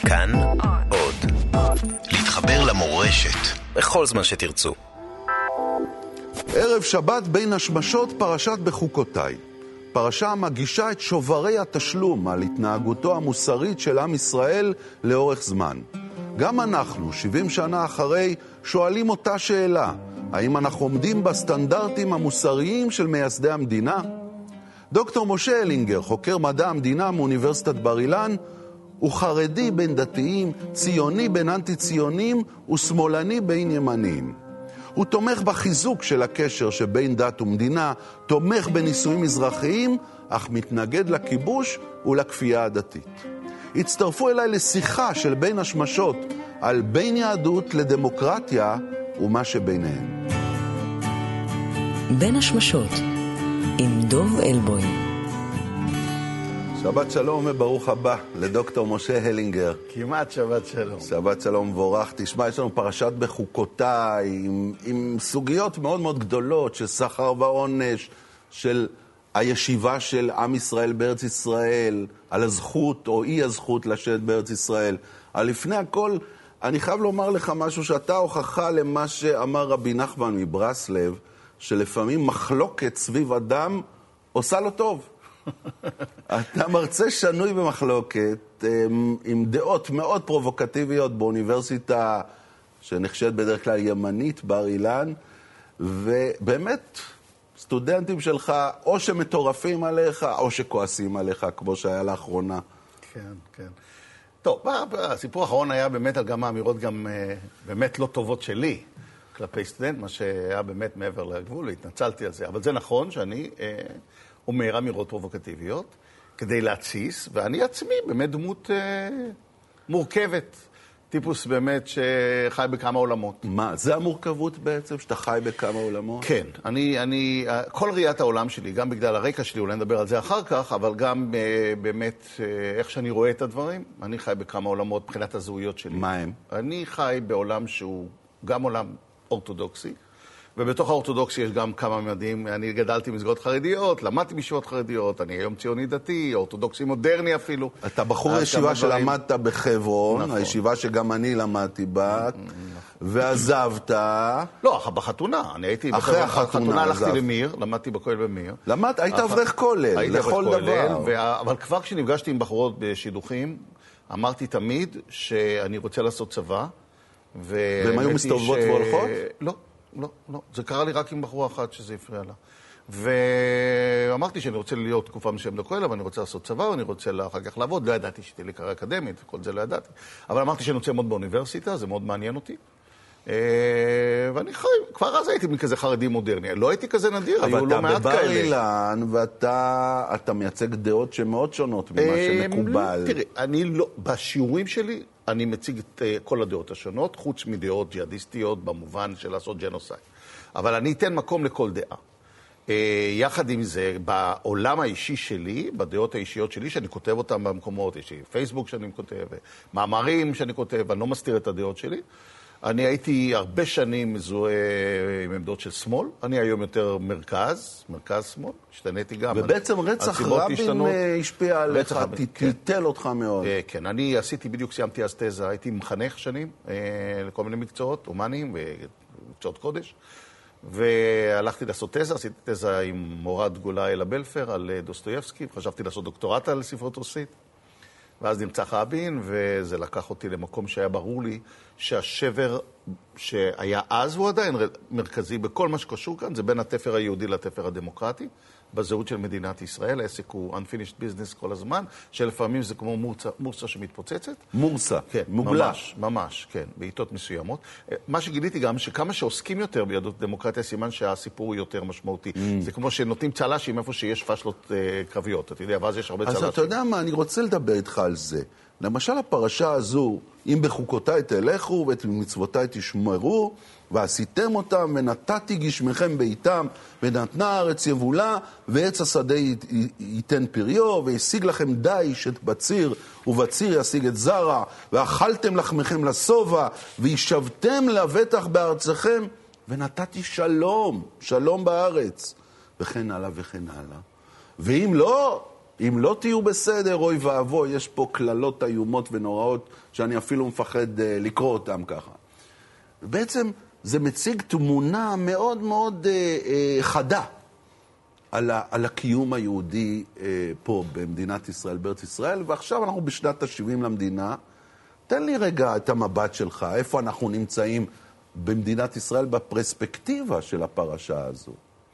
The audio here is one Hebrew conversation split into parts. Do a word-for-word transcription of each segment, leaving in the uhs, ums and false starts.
כאן עוד. להתחבר למורשת בכל זמן שתרצו. ערב שבת בין השמשות פרשת בחוקותיי. פרשה המגישה את שוברי התשלום על התנהגותו המוסרית של עם ישראל לאורך זמן. גם אנחנו, שבעים שנה אחרי, שואלים אותה שאלה: האם אנחנו עומדים בסטנדרטים המוסריים של מייסדי המדינה? דוקטור משה הלינגר, חוקר מדע המדינה מאוניברסיטת בר אילן, הוא חרדי בין דתיים, ציוני בין אנטי-ציונים ושמאלני בין ימניים. הוא תומך בחיזוק של הקשר שבין דת ומדינה, תומך בנישואים אזרחיים, אך מתנגד לכיבוש ולכפייה הדתית. הצטרפו אליי לשיחה של בין השמשות על בין יהדות לדמוקרטיה ומה שביניהם. בין השמשות עם דוב אלבוי. שבת שלום וברוך הבא לדוקטור משה הלינגר. כמעט שבת שלום. שבת שלום מבורך. תשמע, יש לנו פרשת בחוקותיי עם, עם סוגיות מאוד מאוד גדולות של שכר ועונש, של הישיבה של עם ישראל בארץ ישראל, על הזכות או אי הזכות לשבת בארץ ישראל. אבל לפני הכל, אני חייב לומר לך משהו שאתה הוכחה למה שאמר רבי נחמן מברסלב, שלפעמים מחלוקת סביב אדם עושה לו טוב. אתה מרצה שנוי במחלוקת, עם דעות מאוד פרובוקטיביות באוניברסיטה שנחשבת בדרך כלל ימנית, בר אילן, ובאמת סטודנטים שלך או שמטורפים עליך או שכועסים עליך, כמו שהיה לאחרונה. כן, כן. טוב, הסיפור האחרון היה באמת על גם האמירות גם באמת לא טובות שלי כלפי סטודנט, מה שהיה באמת מעבר לגבול, והתנצלתי על זה. אבל זה נכון שאני אומר אמירות פרובוקטיביות כדי להציס, ואני עצמי באמת דמות מורכבת, טיפוס באמת שחי בכמה עולמות. מה, זה המורכבות בעצם, שאתה חי בכמה עולמות? כן, אני, אני, כל ראיית העולם שלי, גם בגלל הרקע שלי, אולי נדבר על זה אחר כך, אבל גם באמת איך שאני רואה את הדברים, אני חי בכמה עולמות מבחינת הזהויות שלי. מה הם? אני חי בעולם שהוא גם עולם אורתודוקסי, ובתוך האורתודוקסי יש גם כמה ממדים. אני גדלתי במסגרות חרדיות, למדתי בישיבות חרדיות, אני היום ציוני דתי, אורתודוקסי מודרני אפילו. אתה בחור ישיבה שלמדת בחברון, נכון. הישיבה שגם אני למדתי בה, נכון. ועזבת. לא, בחתונה. אני הייתי אחרי החתונה, בחתונה הלכתי למיר, למדתי בכולל במיר. למדת, היית אברך כולל, לכל דבר. ו... אבל כבר כשנפגשתי עם בחורות בשידוכים, אמרתי תמיד שאני רוצה לעשות צבא. והם היו מסתובבות ש... והולכות? לא. לא, לא. זה קרה לי רק עם בחורה אחת שזה הפריע לה. ואמרתי שאני רוצה להיות תקופה מסוימת לכולל, אבל אני רוצה לעשות צבא, ואני רוצה אחר כך לעבוד. לא ידעתי שתהיה לי קריירה אקדמית, וכל זה לא ידעתי. אבל אמרתי שאני רוצה ללמוד באוניברסיטה, זה מאוד מעניין אותי. ואני חי, כבר אז הייתי מכזה חרדי מודרני. לא הייתי כזה נדיר, היו לא מעט כאלה. אבל אתה בבר אילן, ואתה מייצג דעות שמאוד שונות ממה שמקובל. תראה, אני לא, בשיעורים שלי, אני מציג את כל הדעות השונות, חוץ מדעות ג'יהאדיסטיות במובן של לעשות ג'נוסייד. אבל אני אתן מקום לכל דעה. יחד עם זה, בעולם האישי שלי, בדעות האישיות שלי, שאני כותב אותם במקומות, יש לי פייסבוק שאני כותב, מאמרים שאני כותב, אני לא מסתיר את הדעות שלי. אני הייתי הרבה שנים מזוהה עם עמדות של שמאל, אני היום יותר מרכז, מרכז שמאל, השתניתי גם. ובעצם רצח רבין השפיע עליך, טיטל אותך מאוד. כן, אני עשיתי, בדיוק סיימתי אז תזה, הייתי מחנך שנים לכל מיני מקצועות, אומנים ומקצועות קודש, והלכתי לעשות תזה, עשיתי תזה עם מורה דגולה אלה בלפר על דוסטויבסקי, וחשבתי לעשות דוקטורט על ספרות רוסית. ואז נמצא רבין, וזה לקח אותי למקום שהיה ברור לי שהשבר שהיה אז הוא עדיין מרכזי בכל מה שקשור כאן, זה בין התפר היהודי לתפר הדמוקרטי, בזהות של מדינת ישראל. העסק הוא unfinished business כל הזמן, שלפעמים זה כמו מורסה, מורסה שמתפוצצת. מורסה, כן, מוגלה. ממש, ממש, כן, בעיתות מסוימות. מה שגיליתי גם, שכמה שעוסקים יותר ביהדות דמוקרטיה, סימן שהסיפור הוא יותר משמעותי. Mm. זה כמו שנותנים צל"שים איפה שיש פשלות אה, קרביות, אתה יודע, ואז יש הרבה צל"שים. אז אתה יודע מה, אני רוצה לדבר איתך על זה. למשל הפרשה הזו, אם בחוקותיי תלכו ואת מצוותיי תשמרו, ועשיתם אותם ונתתי גשמכם ביתם, ונתנה הארץ יבולה, ועץ השדה ייתן פריו, והשיג לכם דיש את בציר, ובציר ישיג את זרע, ואכלתם לחמכם לשובע, וישבתם לבטח בארצכם, ונתתי שלום, שלום בארץ, וכן הלאה וכן הלאה. ואם לא, אם לא תהיו בסדר, אוי ואבוי, יש פה כללות איומות ונוראות שאני אפילו מפחד אה, לקרוא אותם ככה. בעצם זה מציג תמונה מאוד מאוד אה, אה, חדה על, ה, על הקיום היהודי אה, פה במדינת ישראל, בארץ ישראל, ועכשיו אנחנו בשנת ה-שבעים למדינה. תן לי רגע את המבט שלך, איפה אנחנו נמצאים במדינת ישראל בפרספקטיבה של הפרשה הזו.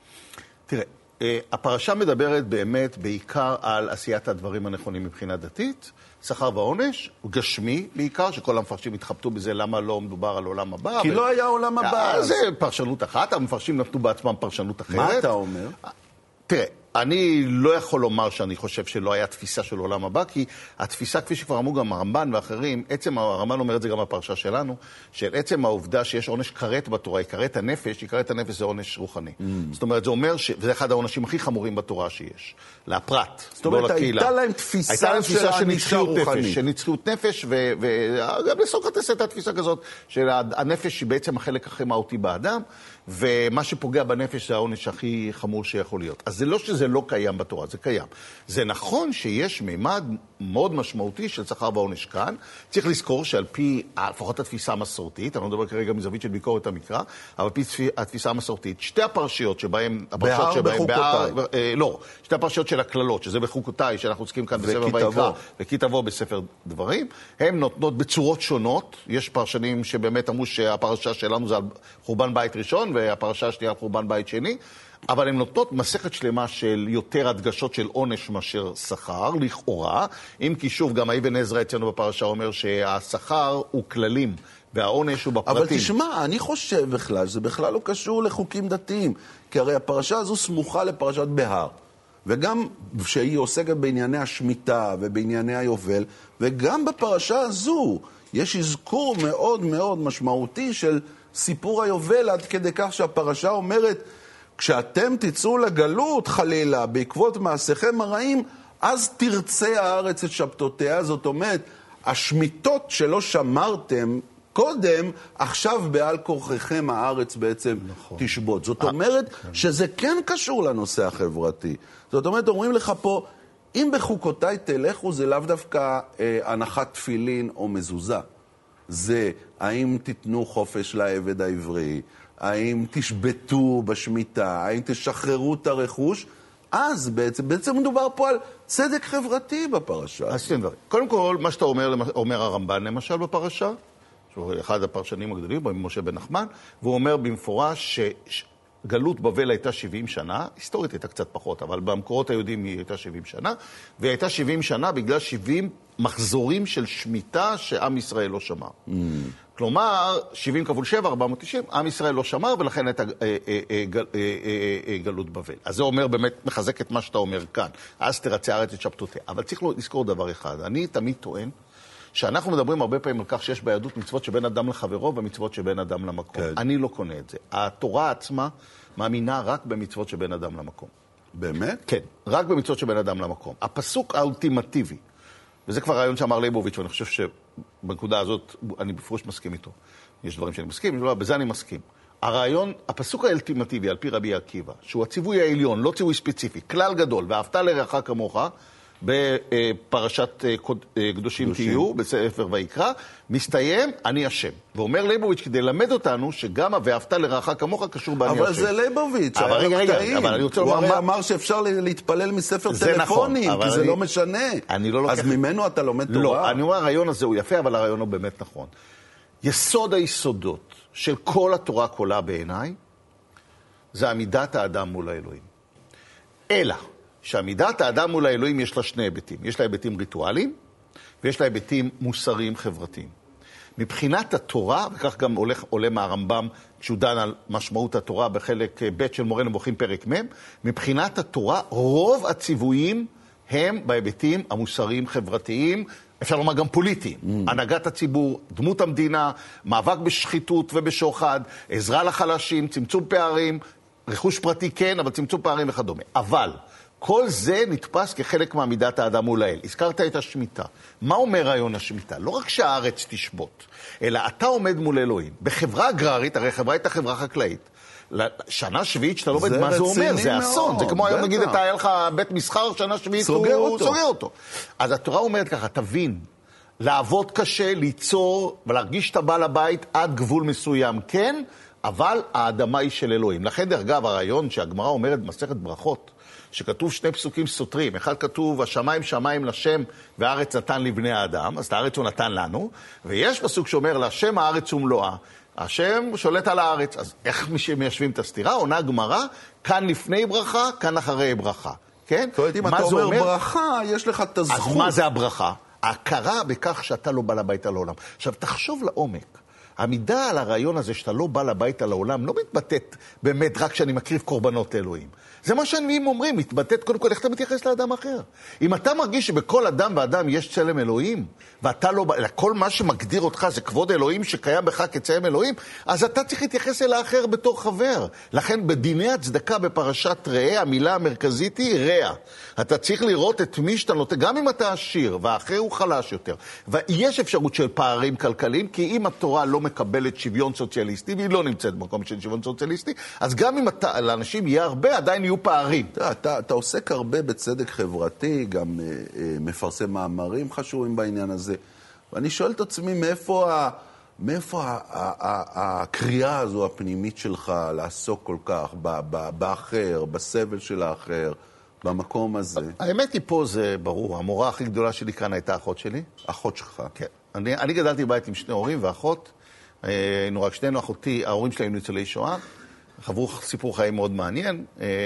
תראה, הפרשה מדברת באמת בעיקר על עשיית הדברים הנכונים מבחינה דתית, שכר ועונש, גשמי בעיקר, שכל המפרשים התחבטו בזה, למה לא מדובר על עולם הבא. כי ו... לא היה עולם הבא. זה פרשנות אחת, המפרשים נתנו בעצמם פרשנות אחרת. מה אתה אומר? תראה, אני לא יכול לומר שאני חושב שלא היה תפיסה של עולם הבא, כי התפיסה, כפי שכבר אמרו גם הרמב"ן ואחרים, עצם הרמב"ן אומר את זה גם בפרשה שלנו, של עצם העובדה שיש עונש כרת בתורה, כרת הנפש, כרת הנפש זה עונש רוחני. Mm. זאת אומרת, זה אומר ש... וזה אחד העונשים הכי חמורים בתורה שיש, לפרט, זאת אומרת, לא הייתה להם תפיסה, הייתה להם תפיסה של נצחיות נפש, של נצחיות נפש, ו... וגם לסוקרטס הייתה תפיסה כזאת, שהנפש היא בעצם החלק הכי מהותי באדם, ומה שפוגע בנפש זה העונש הכי חמור שיכול להיות. אז זה לא שזה לא קיים בתורה, זה קיים. זה נכון שיש מימד מאוד משמעותי של שכר ועונש כאן. צריך לזכור שעל פי, לפחות התפיסה המסורתית, אני לא מדבר כרגע מזווית של ביקורת המקרא, אבל על פי התפיסה המסורתית, שתי הפרשיות שבהן, בהר בחוקותיי. אה, לא, שתי הפרשיות של הכללות, שזה בחוקותיי, שאנחנו עוסקים כאן בספר ויקרא, וכי תבוא בספר דברים, הן נותנות בצורות שונות. יש פרשנים שבאמת אמרו שהפרשה שלנו זה על חורבן בית ראשון, והפרשה השנייה על חורבן בית שני, אבל הן נותנות מסכת שלמה של יותר הדגשות של עונש מאשר שכר, לכאורה, אם כי שוב, גם האבן עזרא אצלנו בפרשה אומר שהשכר הוא כללים, והעונש הוא בפרטים. אבל תשמע, אני חושב בכלל, שזה בכלל לא קשור לחוקים דתיים, כי הרי הפרשה הזו סמוכה לפרשת בהר, וגם שהיא עוסקת בענייני השמיטה ובענייני היובל, וגם בפרשה הזו יש אזכור מאוד מאוד משמעותי של סיפור היובל, עד כדי כך שהפרשה אומרת, כשאתם תצאו לגלות חלילה בעקבות מעשיכם הרעים, אז תרצה הארץ את שבתותיה. זאת אומרת, השמיטות שלא שמרתם קודם, עכשיו בעל כורחכם הארץ בעצם נכון. תשבות. זאת אומרת כן. שזה כן קשור לנושא החברתי. זאת אומרת, אומרים לך פה, אם בחוקותיי תלכו, זה לאו דווקא אה, הנחת תפילין או מזוזה. זה האם תיתנו חופש לעבד העברי, האם תשבטו בשמיטה, האם תשחררו את הרכוש, אז בעצם, בעצם מדובר פה על צדק חברתי בפרשה. אז כן, קודם כל, מה שאתה אומר, אומר הרמב"ן למשל בפרשה, שהוא אחד הפרשנים הגדולים, משה בן נחמן, והוא אומר במפורש שגלות בבל הייתה שבעים שנה, היסטורית הייתה קצת פחות, אבל במקורות היהודים היא הייתה שבעים שנה, והיא הייתה שבעים שנה בגלל שבעים מחזורים של שמיטה שעם ישראל לא שמר. Mm. כלומר, שבעים כפול שבע, ארבע מאות ותשעים, עם ישראל לא שמר, ולכן הייתה אה, אה, אה, גל, אה, אה, אה, גלות בבל. אז זה אומר, באמת מחזק את מה שאתה אומר כאן. אז תרצה הארץ את שבתותיה. אבל צריך לזכור דבר אחד. אני תמיד טוען שאנחנו מדברים הרבה פעמים על כך שיש ביהדות מצוות שבין אדם לחברו ומצוות שבין אדם למקום. כן. אני לא קונה את זה. התורה עצמה מאמינה רק במצוות שבין אדם למקום. באמת? כן, רק במצוות שבין אדם למקום. הפסוק האולטימטיבי, וזה כבר רעיון שאמר ליבוביץ', ואני חושב שבנקודה הזאת אני בפרוש מסכים איתו. יש דברים שאני מסכים, בזה אני מסכים. הרעיון, הפסוק האולטימטיבי על פי רבי עקיבא, שהוא הציווי העליון, לא ציווי ספציפי, כלל גדול, ואהבת לרעך כמוך, בפרשת קדושים תהיו, בספר ויקרא, מסתיים, אני השם. ואומר ליבוביץ' כדי ללמד אותנו שגם ואהבת לרעך כמוך קשור באני השם. אבל זה ליבוביץ', אבל רגע, רגע, אבל אני רוצה לומר... הוא מה... אמר שאפשר להתפלל מספר טלפונים, כי זה לא משנה. אז ממנו אתה לומד תורה. לא, אני אומר, הרעיון הזה הוא יפה, אבל הרעיון הוא באמת נכון. יסוד היסודות של כל התורה כולה בעיניי, זה עמידת האדם מול האלוהים. אלא, שעמידת האדם מול האלוהים יש לה שני היבטים. יש לה היבטים ריטואליים, ויש לה היבטים מוסריים חברתיים. מבחינת התורה, וכך גם עולה, עולה מהרמב"ם, כשהוא דן על משמעות התורה בחלק ב' של מורה נבוכים פרק מ', מבחינת התורה, רוב הציוויים הם בהיבטים המוסריים חברתיים, אפשר לומר גם פוליטיים. Mm. הנהגת הציבור, דמות המדינה, מאבק בשחיתות ובשוחד, עזרה לחלשים, צמצום פערים, רכוש פרטי כן, אבל צמצום פערים וכדומה. אבל כל זה נתפס כחלק מעמידת האדם מול האל. הזכרת את השמיטה. מה אומר רעיון השמיטה? לא רק שהארץ תשבות, אלא אתה עומד מול אלוהים. בחברה אגררית, הרי חברה הייתה חברה חקלאית, שנה שביעית שאתה לא עובד, מה זה אומר? זה אסון. זה כמו היום נגיד, אתה היה לך בית מסחר, שנה שביעית הוא סוגר אותו. אז התורה אומרת ככה, תבין, לעבוד קשה, ליצור ולהרגיש שאתה בא לבית עד גבול מסוים, כן, אבל האדמה היא של אלוהים. לכן, דרך אגב, הרעיון שהגמרא אומרת במסכת ברכות, שכתוב שני פסוקים סותרים. אחד כתוב, השמיים שמיים לשם והארץ נתן לבני האדם, אז את הארץ הוא נתן לנו, ויש פסוק שאומר, לשם הארץ ומלואה, השם שולט על הארץ. אז איך מיישבים את הסתירה? עונה הגמרא, כאן לפני ברכה, כאן אחרי ברכה. כן? זאת אומרת, אם אתה אומר ברכה, יש לך את הזכות. אז מה זה הברכה? ההכרה בכך שאתה לא בא לביתה לעולם. עכשיו, תחשוב לעומק. העמידה על הרעיון הזה שאתה לא בא לביתה לעולם לא מתבטאת באמת רק שאני מקריב קורבנות אלוהים. זה מה שהנביאים אומרים, מתבטאת קודם כל איך אתה מתייחס לאדם אחר. אם אתה מרגיש שבכל אדם ואדם יש צלם אלוהים, ואתה לא, כל מה שמגדיר אותך זה כבוד אלוהים שקיים בך כצלם אלוהים, אז אתה צריך להתייחס אל האחר בתור חבר. לכן בדיני הצדקה בפרשת ראה, המילה המרכזית היא רע. אתה צריך לראות את מי שאתה נותן, גם אם אתה עשיר והאחר הוא חלש יותר. ויש אפשרות של פערים כלכליים, כי אם התורה לא מקבלת שוויון סוציאליסטי, והיא לא נמצאת במקום של שוויון סוציאליסטי, אז גם אם אתה, לאנשים יהיה הרבה, עדיין יהיו פערים. אתה, אתה, אתה עוסק הרבה בצדק חברתי, גם אה, אה, מפרסם מאמרים חשובים בעניין הזה. ואני שואל את עצמי, מאיפה, ה, מאיפה ה, ה, ה, הקריאה הזו הפנימית שלך לעסוק כל כך ב, ב, באחר, בסבל של האחר, במקום הזה? האמת היא פה זה ברור. המורה הכי גדולה שלי כאן הייתה אחות שלי. אחות שלך? כן. אני, אני גדלתי בבית עם שני הורים ואחות. היינו רק שנינו, אחותי, ההורים שלהם ניצולי שואה. חברו סיפור חיים מאוד מעניין.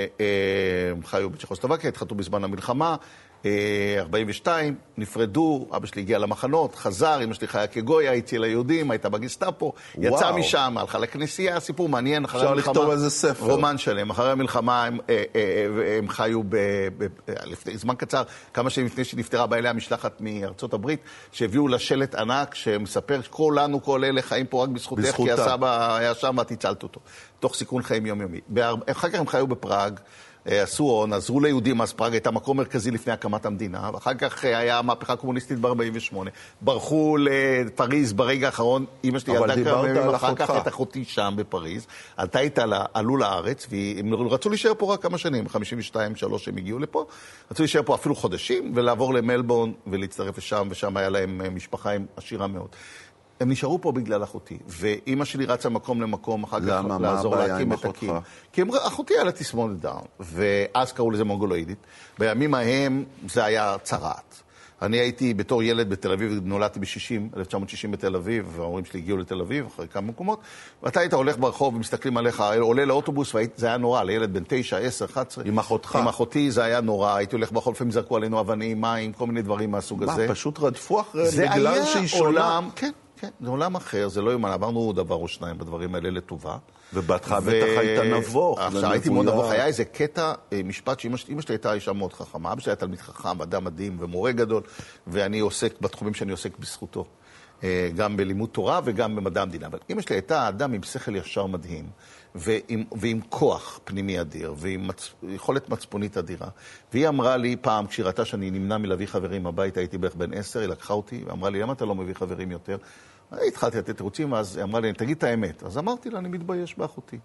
הם חיו בצ'כוסלובקיה, התחתנו בזמן המלחמה. ארבעים ושתיים, נפרדו, אבא שלי הגיע למחנות, חזר, אמא שלי חיה כגויה, הציל היהודים, הייתה בגסטאפו, יצא משם, הלכה לכנסייה, סיפור מעניין, אחרי המלחמה. אפשר לכתוב איזה ספר. רומן שלם. אחרי המלחמה הם, הם חיו ב, ב, לפני זמן קצר, כמה שנים לפני שנפטרה באה אליה משלחת מארצות הברית, שהביאו לה שלט ענק, שמספר שכולנו, כל אלה חיים פה רק בזכותך, כי הסבא היה שם ואת הצלת אותו. תוך סיכון חיים יומיומי. אחר כך הם חיו בפראג, עשו הון, עזרו ליהודים, אז פראג הייתה מקום מרכזי לפני הקמת המדינה, ואחר כך היה מהפכה קומוניסטית ב-ארבעים ושמונה. ברחו לפריז ברגע האחרון, אמא שלי ילדה כמה ימים, אחר כך את אחותי שם בפריז, עלתה איתה, עלו לארץ, והם רצו להישאר פה רק כמה שנים, חמישים ושתיים שלוש הם הגיעו לפה, רצו להישאר פה אפילו חודשים, ולעבור למלבורן ולהצטרף לשם, ושם היה להם משפחה עשירה מאוד. הם נשארו פה בגלל אחותי, ואימא שלי רצה מקום למקום, אחר כך לעזור להקים את הקים. כי אחותי היה לה תסמונת דאון, ואז קראו לזה מונגולואידית. בימים ההם זה היה צרעת. אני הייתי בתור ילד בתל אביב, נולדתי ב-שישים, אלף תשע מאות שישים בתל אביב, וההורים שלי הגיעו לתל אביב אחרי כמה מקומות, ואתה היית הולך ברחוב ומסתכלים עליך, עולה לאוטובוס, וזה היה נורא, לילד בן תשע, עשר, אחת עשרה. עם אחותך. עם אחותי זה היה נורא, הייתי הולך ברחוב, לפעמים זרקו עלינו אבנים, מים, כל מיני דברים מהסוג הזה. מה, פשוט רדפו אחרי בגלל שהיא שונה? כן. כן, זה עולם אחר, זה לא יומן, עברנו דבר או שניים בדברים האלה לטובה. ובהתחלה בטח היית נבוך. עכשיו הייתי מאוד נבוך, היה איזה קטע, משפט שאמא שלי הייתה אישה מאוד חכמה, אבא שלי היה תלמיד חכם, אדם מדהים ומורה גדול, ואני עוסק בתחומים שאני עוסק בזכותו, גם בלימוד תורה וגם במדע המדינה. אבל אמא שלי הייתה אדם עם שכל ישר מדהים, ועם, ועם כוח פנימי אדיר, ועם מצ... יכולת מצפונית אדירה. והיא אמרה לי פעם, כשהיא ראתה שאני נמנע מלהביא חברים הביתה, הייתי בערך בן עשר, היא לקחה אותי, ואמרה לי, למה אתה לא מביא חברים יותר? התחלתי לתת תירוצים, אז היא אמרה לי, תגיד את האמת. אז אמרתי לה, אני מתבייש באחותי.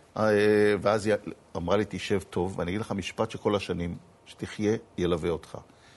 ואז היא אמרה לי, תשב טוב, ואני אגיד לך משפט שכל השנים, שתחיה, ילווה אותך.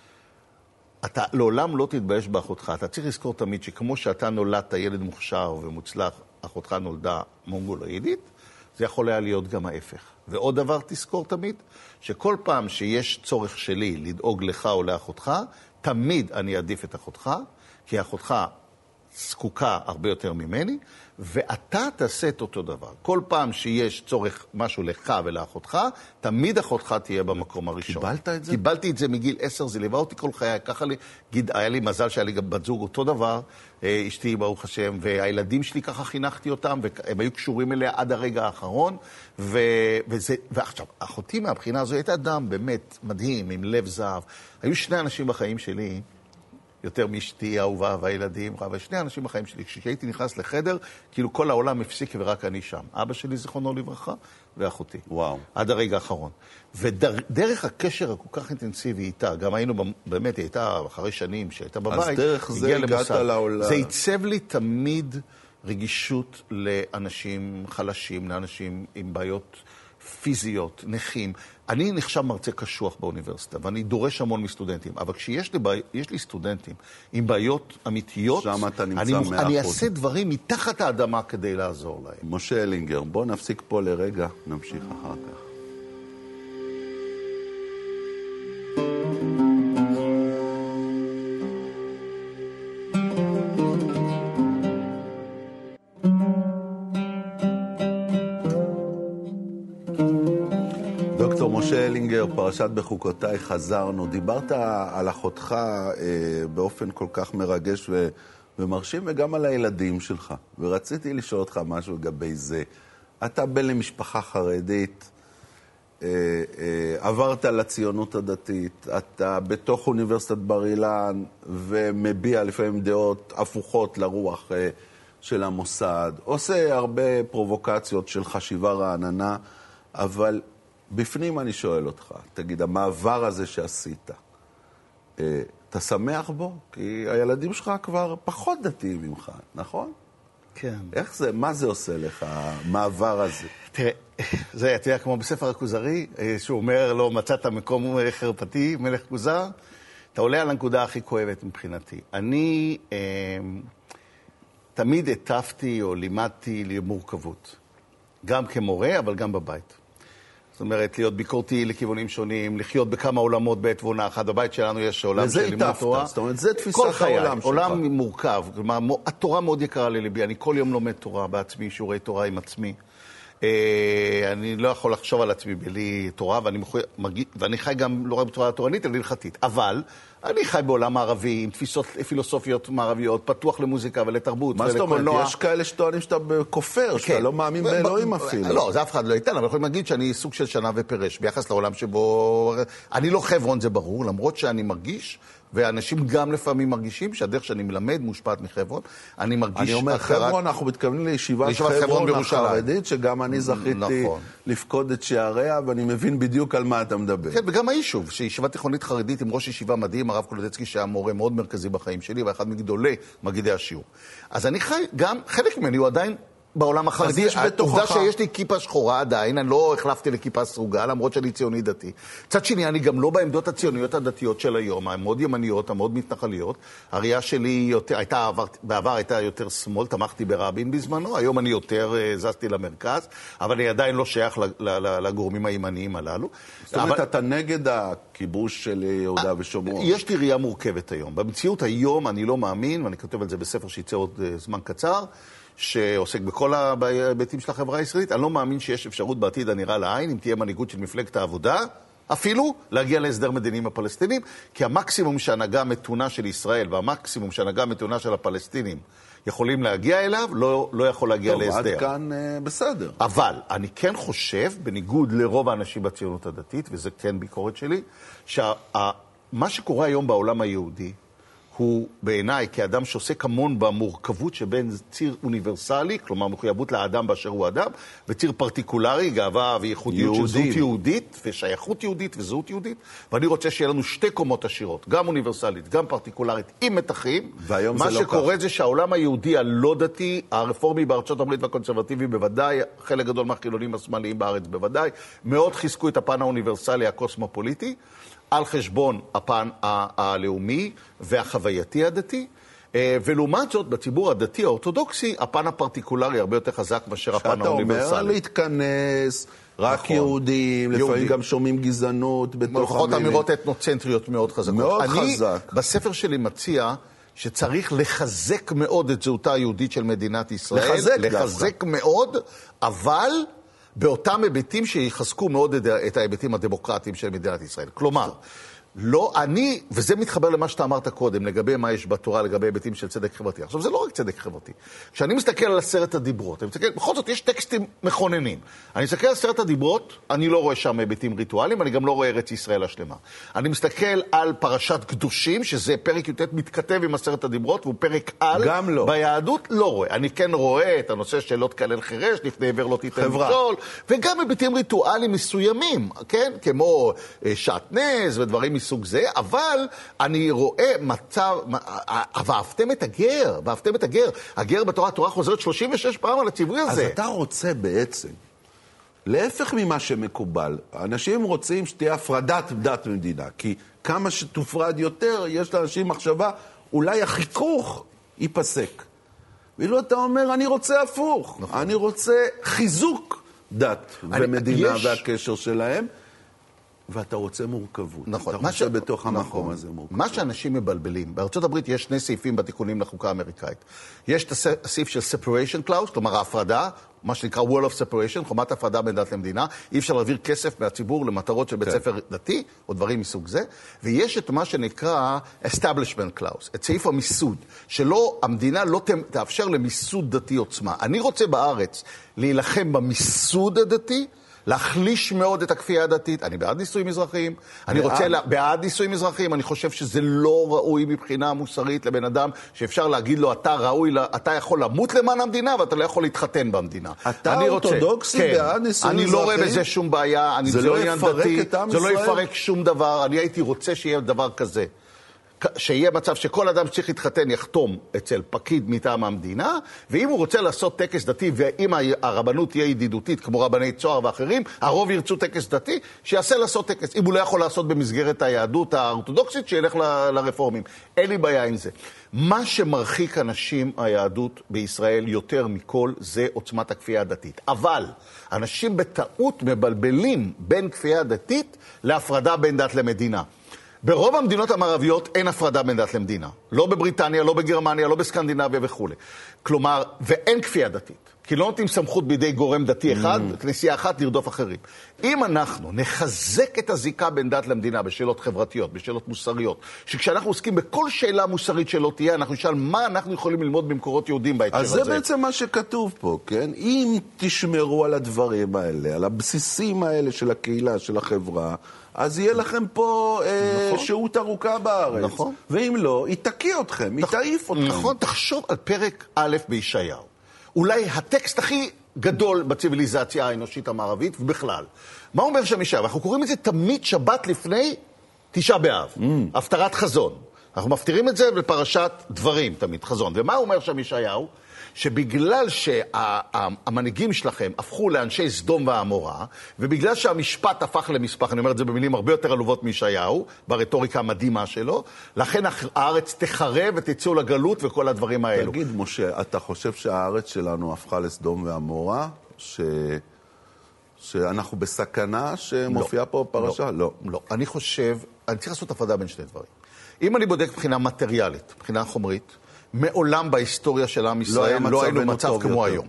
אתה לעולם לא תתבייש באחותך. אתה צריך לזכור תמיד שכמו שאתה נולדת ילד מוכשר ומוצלח, אחותך נולדה מונגולואידית, זה יכול היה להיות גם ההפך. ועוד דבר תזכור תמיד, שכל פעם שיש צורך שלי לדאוג לך או לאחותך, תמיד אני אעדיף את אחותך, כי אחותך זקוקה הרבה יותר ממני, ואתה תעשה את אותו דבר. כל פעם שיש צורך משהו לך ולאחותך, תמיד אחותך תהיה במקום הראשון. קיבלת את זה? קיבלתי את זה מגיל עשר, זה ליווה אותי כל חיי, ככה לי, גיד, היה לי מזל שהיה לי גם בת זוג אותו דבר, אשתי ברוך השם, והילדים שלי ככה חינכתי אותם, והם היו קשורים אליה עד הרגע האחרון, ו, וזה, ועכשיו, אחותי מהבחינה הזו הייתה אדם באמת מדהים, עם לב זהב. היו שני אנשים בחיים שלי, יותר מאשתי, האהובה והילדים, ושני אנשים בחיים שלי, כשהייתי נכנס לחדר, כאילו כל העולם הפסיק ורק אני שם. אבא שלי זיכרונו לברכה, ואחותי. וואו. עד הרגע האחרון. ודרך הקשר הכל כך אינטנסיבי איתה, גם היינו, באמת, היא הייתה אחרי שנים שהייתה בבית, אז דרך זה הגעת לעולם. זה ייצב לי תמיד רגישות לאנשים חלשים, לאנשים עם בעיות פיזיות, נכים. אני נחשב מרצה קשוח באוניברסיטה, ואני דורש המון מסטודנטים, אבל כשיש לי, יש לי סטודנטים עם בעיות אמיתיות, שם אתה נמצא אני, מאה אחוז. אני אעשה דברים מתחת האדמה כדי לעזור להם. משה אלינגר, בוא נפסיק פה לרגע, נמשיך אחר כך. פרשת בחוקותיי חזרנו. דיברת על אחותך אה, באופן כל כך מרגש ו- ומרשים, וגם על הילדים שלך. ורציתי לשאול אותך משהו לגבי זה. אתה בן למשפחה חרדית, אה, אה, עברת לציונות הדתית, אתה בתוך אוניברסיטת בר אילן, ומביע לפעמים דעות הפוכות לרוח אה, של המוסד. עושה הרבה פרובוקציות של חשיבה רעננה, אבל בפנים אני שואל אותך, תגיד, המעבר הזה שעשית, אתה שמח בו? כי הילדים שלך כבר פחות דתיים ממך, נכון? כן. איך זה, מה זה עושה לך, המעבר הזה? תראה, זה, אתה יודע, כמו בספר הכוזרי, שהוא אומר לו, מצאת מקום חרפתי, מלך כוזר, אתה עולה על הנקודה הכי כואבת מבחינתי. אני אה, תמיד הטפתי או לימדתי למורכבות, גם כמורה, אבל גם בבית. זאת אומרת, להיות ביקורתי לכיוונים שונים, לחיות בכמה עולמות בעת ועונה אחת. בבית שלנו יש עולם של לימוד תורה. זאת אומרת, זה תפיסת העולם שלך. עולם מורכב. כלומר, התורה מאוד יקרה לליבי. אני כל יום לומד תורה בעצמי, שיעורי תורה עם עצמי. אני לא יכול לחשוב על עצמי בלי תורה, ואני, מחויב, מרגיש, ואני חי גם לא רק בתורה התורנית, אלא הלכתית. אבל אני חי בעולם מערבי, עם תפיסות פילוסופיות מערביות, פתוח למוזיקה ולתרבות. מה זאת אומרת? יש כאלה שטוענים שאתה כופר, שאתה לא מאמין באלוהים אפילו. לא, זה אף אחד לא ייתן, אבל יכולים להגיד שאני סוג של שנה ופרש, ביחס לעולם שבו... אני לא חברון, זה ברור, למרות שאני מרגיש, ואנשים גם לפעמים מרגישים שהדרך שאני מלמד מושפעת מחברון. אני מרגיש... אני אומר, חברון, אנחנו מתכוונים לישיבת חברון החרדית, שגם אני זכיתי לפקוד את שעריה, ואני מבין בדיוק על מה אתה מדבר. כן, וגם היישוב, שישיבה תיכונית חרדית עם ראש ישיבה מדהים, הרב קולודצקי, שהיה מורה מאוד מרכזי בחיים שלי, ואחד מגדולי מגידי השיעור. אז אני חי, גם חלק ממני הוא עדיין בעולם החרדי. העובדה שיש לי כיפה שחורה עדיין, אני לא החלפתי לכיפה סרוגה, למרות שאני ציוני דתי. צד שני, אני גם לא בעמדות הציוניות הדתיות של היום, המאוד ימניות, המאוד מתנחליות. הראייה שלי יותר, הייתה, בעבר הייתה יותר שמאל, תמכתי ברבין בזמנו, היום אני יותר זזתי למרכז, אבל אני עדיין לא שייך לגורמים הימניים הללו. זאת אומרת, אבל... אתה נגד הכיבוש של יהודה ושומרון. יש לי ראייה מורכבת היום. במציאות היום אני לא מאמין, ואני כותב על זה בספר שיצא עוד זמן קצר, שעוסק בכל ההיבטים של החברה הישראלית. אני לא מאמין שיש אפשרות בעתיד הנראה לעין, אם תהיה מנהיגות של מפלגת העבודה, אפילו להגיע להסדר מדיני עם הפלסטינים, כי המקסימום שהנהגה מתונה של ישראל, והמקסימום שהנהגה מתונה של הפלסטינים יכולים להגיע אליו, לא, לא יכול להגיע טוב, להסדר. טוב, עד כאן אה, בסדר. אבל אני כן חושב, בניגוד לרוב האנשים בציונות הדתית, וזה כן ביקורת שלי, שמה שקורה היום בעולם היהודי, הוא בעיניי, כאדם שעוסק המון במורכבות שבין ציר אוניברסלי, כלומר מחויבות לאדם באשר הוא אדם, וציר פרטיקולרי, גאווה וייחודיות של זהות יהודית, ושייכות יהודית וזהות יהודית, ואני רוצה שיהיה לנו שתי קומות עשירות, גם אוניברסלית, גם פרטיקולרית, עם מתחים. מה שקורה זה שהעולם היהודי הלא דתי, הרפורמי בארצות הברית והקונסרבטיבי בוודאי, חלק גדול מהחילונים השמאליים בארץ בוודאי, מאוד חיזקו את הפן האוניברסלי, הקוסמופוליטי, על חשבון הפן הלאומי והחווייתי הדתי, ולעומת זאת, בציבור הדתי האורתודוקסי, הפן הפרטיקולרי הרבה יותר חזק מאשר הפן האוניברסלי. שאתה אומר להתכנס, רק יהודים, לפעמים גם שומעים גזענות בתוך המלך. לפחות אמירות אתנוצנטריות מאוד חזקות. מאוד חזק. אני בספר שלי מציע שצריך לחזק מאוד את זהותה היהודית של מדינת ישראל. לחזק דווקא. לחזק מאוד, אבל באותם היבטים שיחזקו מאוד את ההיבטים הדמוקרטיים של מדינת ישראל. כלומר, לא, אני, וזה מתחבר למה שאתה אמרת קודם, לגבי מה יש בתורה, לגבי היבטים של צדק חברתי. עכשיו, זה לא רק צדק חברתי. כשאני מסתכל על עשרת הדיברות, אני מסתכל, בכל זאת יש טקסטים מכוננים. אני מסתכל על עשרת הדיברות, אני לא רואה שם היבטים ריטואליים, אני גם לא רואה ארץ ישראל השלמה. אני מסתכל על פרשת קדושים, שזה פרק י"ט מתכתב עם עשרת הדיברות, והוא פרק על גם לא. ביהדות, לא רואה. אני כן רואה את הנושא של לא תקלל חירש, לפני עבר לא תיתן משול, וגם היבטים ריטואליים מסוימים, כן? כמו שעטנז ודברים מסוג זה, אבל אני רואה מצב, ואהבתם את הגר, ואהבתם את הגר. הגר בתורה, התורה חוזרת שלושים ושש פעם על הציווי הזה. אז אתה רוצה בעצם, להפך ממה שמקובל, אנשים רוצים שתהיה הפרדת דת ומדינה, כי כמה שתופרד יותר, יש לאנשים מחשבה, אולי החיכוך ייפסק. ואילו אתה אומר, אני רוצה הפוך, נכון. אני רוצה חיזוק דת אני, ומדינה יש... והקשר שלהם, ואתה רוצה מורכבות. נכון. אתה רוצה ש... בתוך המקום נכון. הזה מורכבות. מה שאנשים מבלבלים, בארצות הברית יש שני סעיפים בתיקונים לחוקה האמריקאית. יש את הסעיף של separation clause, כלומר ההפרדה, מה שנקרא wall of separation, חומת הפרדה בין דת למדינה, אי אפשר להעביר כסף מהציבור למטרות של בית כן. ספר דתי, או דברים מסוג זה, ויש את מה שנקרא establishment clause, את סעיף המיסוד, שלא, המדינה לא תאפשר למיסוד דתי עוצמה. אני רוצה בארץ להילחם במיסוד הדתי, להחליש מאוד את הכפייה הדתית. אני בעד נישואים אזרחיים, אני רוצה לה... בעד נישואים אזרחיים, אני חושב שזה לא ראוי מבחינה מוסרית לבן אדם, שאפשר להגיד לו, אתה ראוי, אתה יכול למות למען המדינה, ואתה לא יכול להתחתן במדינה. אתה אורתודוקסי כן. בעד נישואים אני אזרחיים? לא רואה בזה שום בעיה, אני זה לא יפרק את עם ישראל? זה לא יפרק שום דבר, אני הייתי רוצה שיהיה דבר כזה. שיהיה מצב שכל אדם שצריך להתחתן יחתום אצל פקיד מטעם המדינה, ואם הוא רוצה לעשות טקס דתי, ואם הרבנות תהיה ידידותית, כמו רבני צוהר ואחרים, הרוב ירצו טקס דתי, שיעשה לעשות טקס. אם הוא לא יכול לעשות במסגרת היהדות האורתודוקסית, שילך ל- לרפורמים. אין לי בעיה עם זה. מה שמרחיק אנשים היהדות בישראל יותר מכל, זה עוצמת הכפייה הדתית. אבל אנשים בטעות מבלבלים בין כפייה דתית להפרדה בין דת למדינה. ברוב המדינות המערביות אין הפרדה בין דת למדינה. לא בבריטניה, לא בגרמניה, לא בסקנדינביה וכו'. כלומר, ואין כפייה דתית. כי לא נותנים סמכות בידי גורם דתי אחד, mm. כנסייה אחת, לרדוף אחרים. אם אנחנו נחזק את הזיקה בין דת למדינה בשאלות חברתיות, בשאלות מוסריות, שכשאנחנו עוסקים בכל שאלה מוסרית שלא תהיה, אנחנו נשאל מה אנחנו יכולים ללמוד במקורות יהודים בהקשר הזה. אז זה בעצם מה שכתוב פה, כן? אם תשמרו על הדברים האלה, על הבסיסים האלה של הקהילה, של החברה, אז יהיה לכם פה נכון. אה, שהות ארוכה בארץ. נכון. ואם לא, היא תקיע אתכם, היא תעיף אתכם. נכון, תחשוב על פרק א' בישעיהו. אולי הטקסט הכי גדול בציביליזציה האנושית המערבית, ובכלל. מה אומר שם ישעיהו? אנחנו קוראים את זה תמיד שבת לפני תשעה באב. Mm. הפטרת חזון. אנחנו מפתירים את זה בפרשת דברים, תמיד חזון. ומה אומר שם ישעיהו? שבגלל שהמנהיגים שלכם הפכו לאנשי סדום ועמורה, ובגלל שהמשפט הפך למספח, אני אומר את זה במילים הרבה יותר עלובות מישעיהו, ברטוריקה המדהימה שלו, לכן הארץ תחרב ותצאו לגלות וכל הדברים האלו. תגיד, משה, אתה חושב שהארץ שלנו הפכה לסדום ועמורה? ש... שאנחנו בסכנה שמופיעה פה פרשה? לא, לא. לא. אני חושב, אני צריך לעשות הפרדה בין שני דברים. אם אני בודק מבחינה מטריאלית, מבחינה חומרית, מעולם בהיסטוריה של עם ישראל לא היינו מצב כמו היום.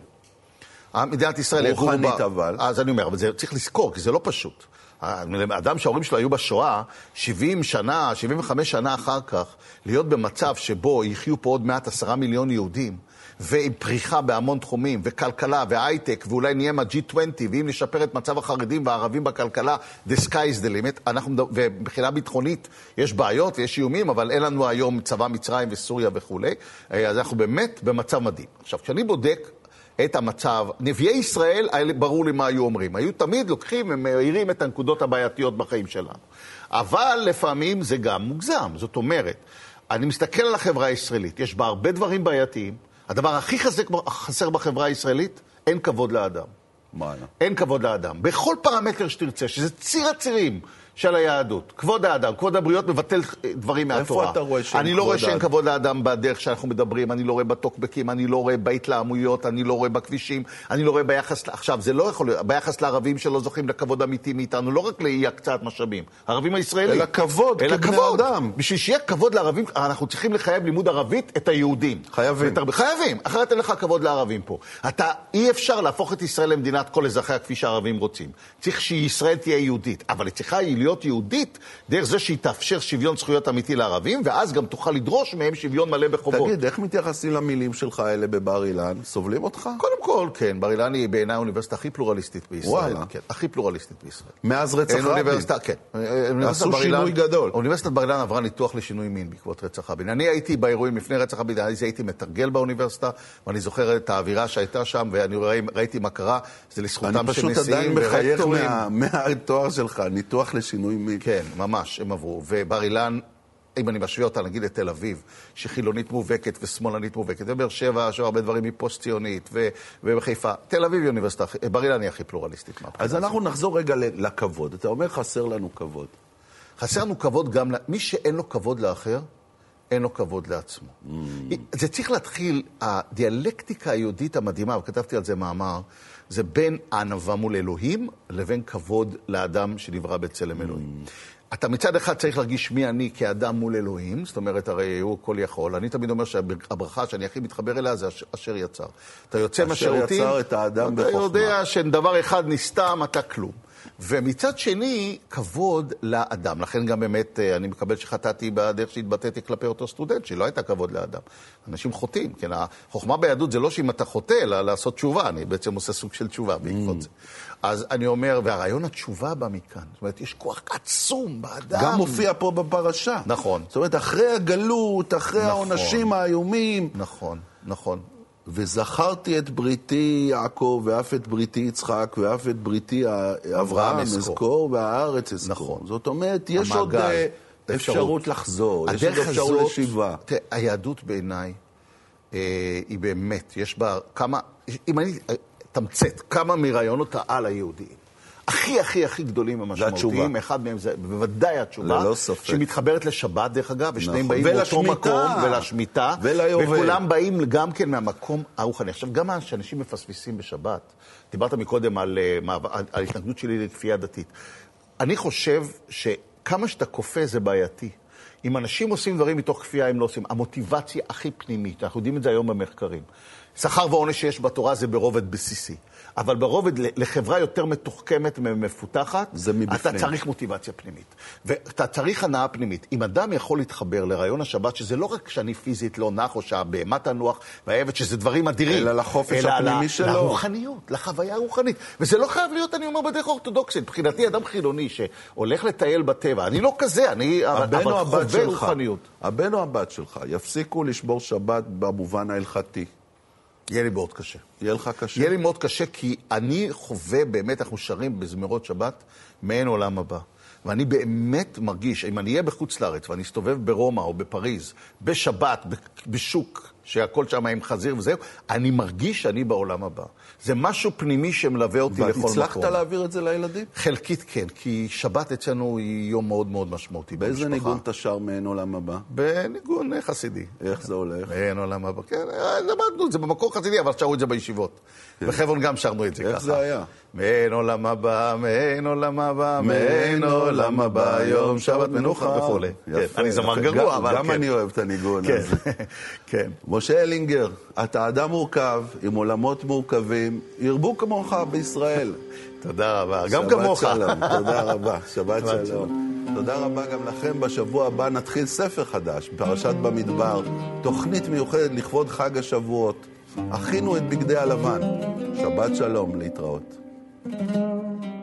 מדינת ישראל יגור בה... רוחנית אבל. אז אני אומר, אבל זה צריך לזכור, כי זה לא פשוט. האדם שההורים שלו היו בשואה, שבעים שנה, שבעים וחמש שנה אחר כך, להיות במצב שבו יחיו פה עוד מעט עשרה מיליון יהודים, ועם פריחה בהמון תחומים, וכלכלה, והייטק, ואולי נהיה מה-ג'י עשרים, ואם נשפר את מצב החרדים והערבים בכלכלה, the sky is the limit, אנחנו, ובחינה ביטחונית יש בעיות ויש איומים, אבל אין לנו היום צבא מצרים וסוריה וכו'. אז אנחנו באמת במצב מדהים. עכשיו, כשאני בודק את המצב, נביאי ישראל, ברור לי מה היו אומרים. היו תמיד לוקחים ומאירים את הנקודות הבעייתיות בחיים שלנו. אבל לפעמים זה גם מוגזם. זאת אומרת, אני מסתכל על החברה הישראלית, יש בה הרבה דברים בעייתיים, הדבר הכי חזק, חסר בחברה הישראלית, אין כבוד לאדם. מה? אין כבוד לאדם. בכל פרמטר שתרצה, שזה ציר הצירים של היהדות. כבוד האדם, כבוד הבריות מבטל דברים מהתורה. איפה אתה רואה שאין אני לא רואה שאין כבוד לאדם בדרך שאנחנו מדברים, אני לא רואה בטוקבקים, אני לא רואה בהתלהמויות, אני לא רואה בכבישים, אני לא רואה ביחס... עכשיו, זה לא יכול להיות, ביחס לערבים שלא זוכים לכבוד אמיתי מאיתנו, לא רק לאי הקצת משאבים. הערבים הישראלים. אלא כבוד, אלא כבני כבוד. אדם. בשביל שיהיה כבוד לערבים, אנחנו צריכים לחייב לימוד ערבית את היהודים. חייבים. ותר... חייבים. אחרת אין לך כבוד לערבים פה. אתה, אי אפשר להפוך את ישראל למדינת כל אזרחיה כפי שהערבים רוצים. צריך שישראל תהיה יהודית, אבל היא צריכה להיות יהודית דרך זה שהיא תאפשר שוויון זכויות אמיתי לערבים, ואז גם תוכל לדרוש מהם שוויון מלא בחובות. תגיד, איך מתייחסים למילים שלך האלה בבר אילן? סובלים אותך? קודם כל, כן. בר אילן היא בעיניי האוניברסיטה הכי פלורליסטית בישראל. וואלה. כן, הכי פלורליסטית בישראל. מאז רצח רבין? כן. עשו שינוי גדול. האוניברסיטת בר אילן עברה ניתוח לשינוי מין בעקבות רצח רבין. אני הייתי באירועים לפני רצח רבין, הייתי מתרגל באוניברסיטה, ואני זוכר את האווירה שהייתה שם, ואני ראיתי מה קרה. זה לזכותם של נשיאים ורקטורים. מהתואר שלך, ניתוח לשינוי שינוי מין. כן, ממש, הם עברו. ובר אילן, אם אני משווה אותה, נגיד את תל אביב, שחילונית מובהקת ושמאלנית מובהקת, ובאר שבע, שהרבה דברים היא פוסט-ציונית, ו- ובחיפה. תל אביב היא אוניברסיטה, בר אילן היא הכי פלורליסטית. אז אנחנו נחזור רגע לכבוד. אתה אומר, חסר לנו כבוד. חסר לנו כבוד גם, מי שאין לו כבוד לאחר, אין לו כבוד לעצמו. Mm. זה צריך להתחיל, הדיאלקטיקה היהודית המדהימה, וכתבתי על זה מאמר, זה בין הענווה מול אלוהים, לבין כבוד לאדם שנברא בצלם mm. אלוהים. אתה מצד אחד צריך להרגיש מי אני כאדם מול אלוהים, זאת אומרת, הרי הוא כל יכול. אני תמיד אומר שהברכה שאני הכי מתחבר אליה זה אשר יצר. אתה יוצא מהשירותים, אשר יצר את האדם אתה בחוכמה. יודע שדבר אחד נסתם, אתה כלום. ומצד שני, כבוד לאדם. לכן גם באמת, אני מקבל שחטאתי בדרך שהתבטאתי כלפי אותו סטודנט, שלא הייתה כבוד לאדם. אנשים חוטאים, כן? החוכמה ביהדות זה לא שאם אתה חוטא, אלא לעשות תשובה. אני בעצם עושה סוג של תשובה בעקבות mm. זה. אז אני אומר, והרעיון התשובה בא מכאן. זאת אומרת, יש כוח עצום באדם. גם מופיע פה בפרשה. נכון. זאת אומרת, אחרי הגלות, אחרי נכון. העונשים האיומים. נכון, נכון. וזכרתי את בריתי יעקב, ואף את בריתי יצחק, ואף את בריתי אברהם אזכור, והארץ אזכור. נכון. זאת אומרת, יש המעגל, עוד אפשרות, אפשרות לחזור, יש עוד אפשרות לשיבה. תראה, היהדות בעיניי אה, היא באמת, יש בה כמה, אם אני תמצאת, כמה מרעיונות העל היהודיים. הכי הכי הכי גדולים ומשמעותיים, אחד מהם זה בוודאי התשובה, שמתחברת לשבת דרך אגב, ושניהם באים מאותו מקום, ולשמיטה, וכולם באים גם כן מהמקום הרוחני. עכשיו, גם שאנשים מפספסים בשבת, דיברת מקודם על התנגדות שלי לכפייה דתית. אני חושב שכמה שאתה כופה זה בעייתי. אם אנשים עושים דברים מתוך כפייה, הם לא עושים. המוטיבציה הכי פנימית, אנחנו יודעים את זה היום במחקרים. שכר ועונש שיש בתורה זה ברובד בסיסי. אבל ברובד לחברה יותר מתוחכמת ומפותחת, אתה צריך מוטיבציה פנימית. ואתה צריך הנאה פנימית. אם אדם יכול להתחבר לרעיון השבת, שזה לא רק שאני פיזית לא נח, או שהבהמה תנוח והעבד, שזה דברים אדירים. אלא לחופש הפנימי שלו. אלא לרוחניות, לחוויה הרוחנית. וזה לא חייב להיות, אני אומר, בדרך אורתודוקסית. מבחינתי, אדם חילוני שהולך לטייל בטבע, אני לא כזה, אני אבל חווה רוחניות. הבן או הבת שלך יפסיקו לשבור שבת במובן ההלכתי. יהיה לי מאוד קשה. יהיה לך קשה? יהיה לי מאוד קשה, כי אני חווה, באמת אנחנו שרים בזמירות שבת, מעין עולם הבא. ואני באמת מרגיש, אם אני אהיה בחוץ לארץ, ואני אסתובב ברומא או בפריז, בשבת, בשוק, שהכל שם עם חזיר וזהו, אני מרגיש שאני בעולם הבא. זה משהו פנימי שמלווה אותי לכל מקום. והצלחת להעביר את זה לילדים? חלקית כן, כי שבת אצלנו היא יום מאוד מאוד משמעותי במשפחה. באיזה ניגון אתה שר מעין עולם הבא? בניגון חסידי. איך זה הולך? מעין עולם הבא, כן, למדנו את זה במקור חסידי, אבל שרו את זה בישיבות. בחברון גם שרנו את זה ככה. איך זה היה? מעין עולם הבא, מעין עולם הבא, מעין עולם הבא, יום שבת מנוחה וכו'. אני זמר גרוע, אבל כן. גם אני אוהב את הניגון הזה. כן. משה אלינגר, אתה אדם מורכב, עם עולמות מורכבים, ירבו כמוך בישראל. תודה רבה, גם כמוך. שבת שלום, תודה רבה, שבת שלום. תודה רבה גם לכם. בשבוע הבא נתחיל ספר חדש, פרשת במדבר, תוכנית מיוחדת לכבוד חג השבועות. הכינו את בגדי הלבן. שבת שלום, להתראות.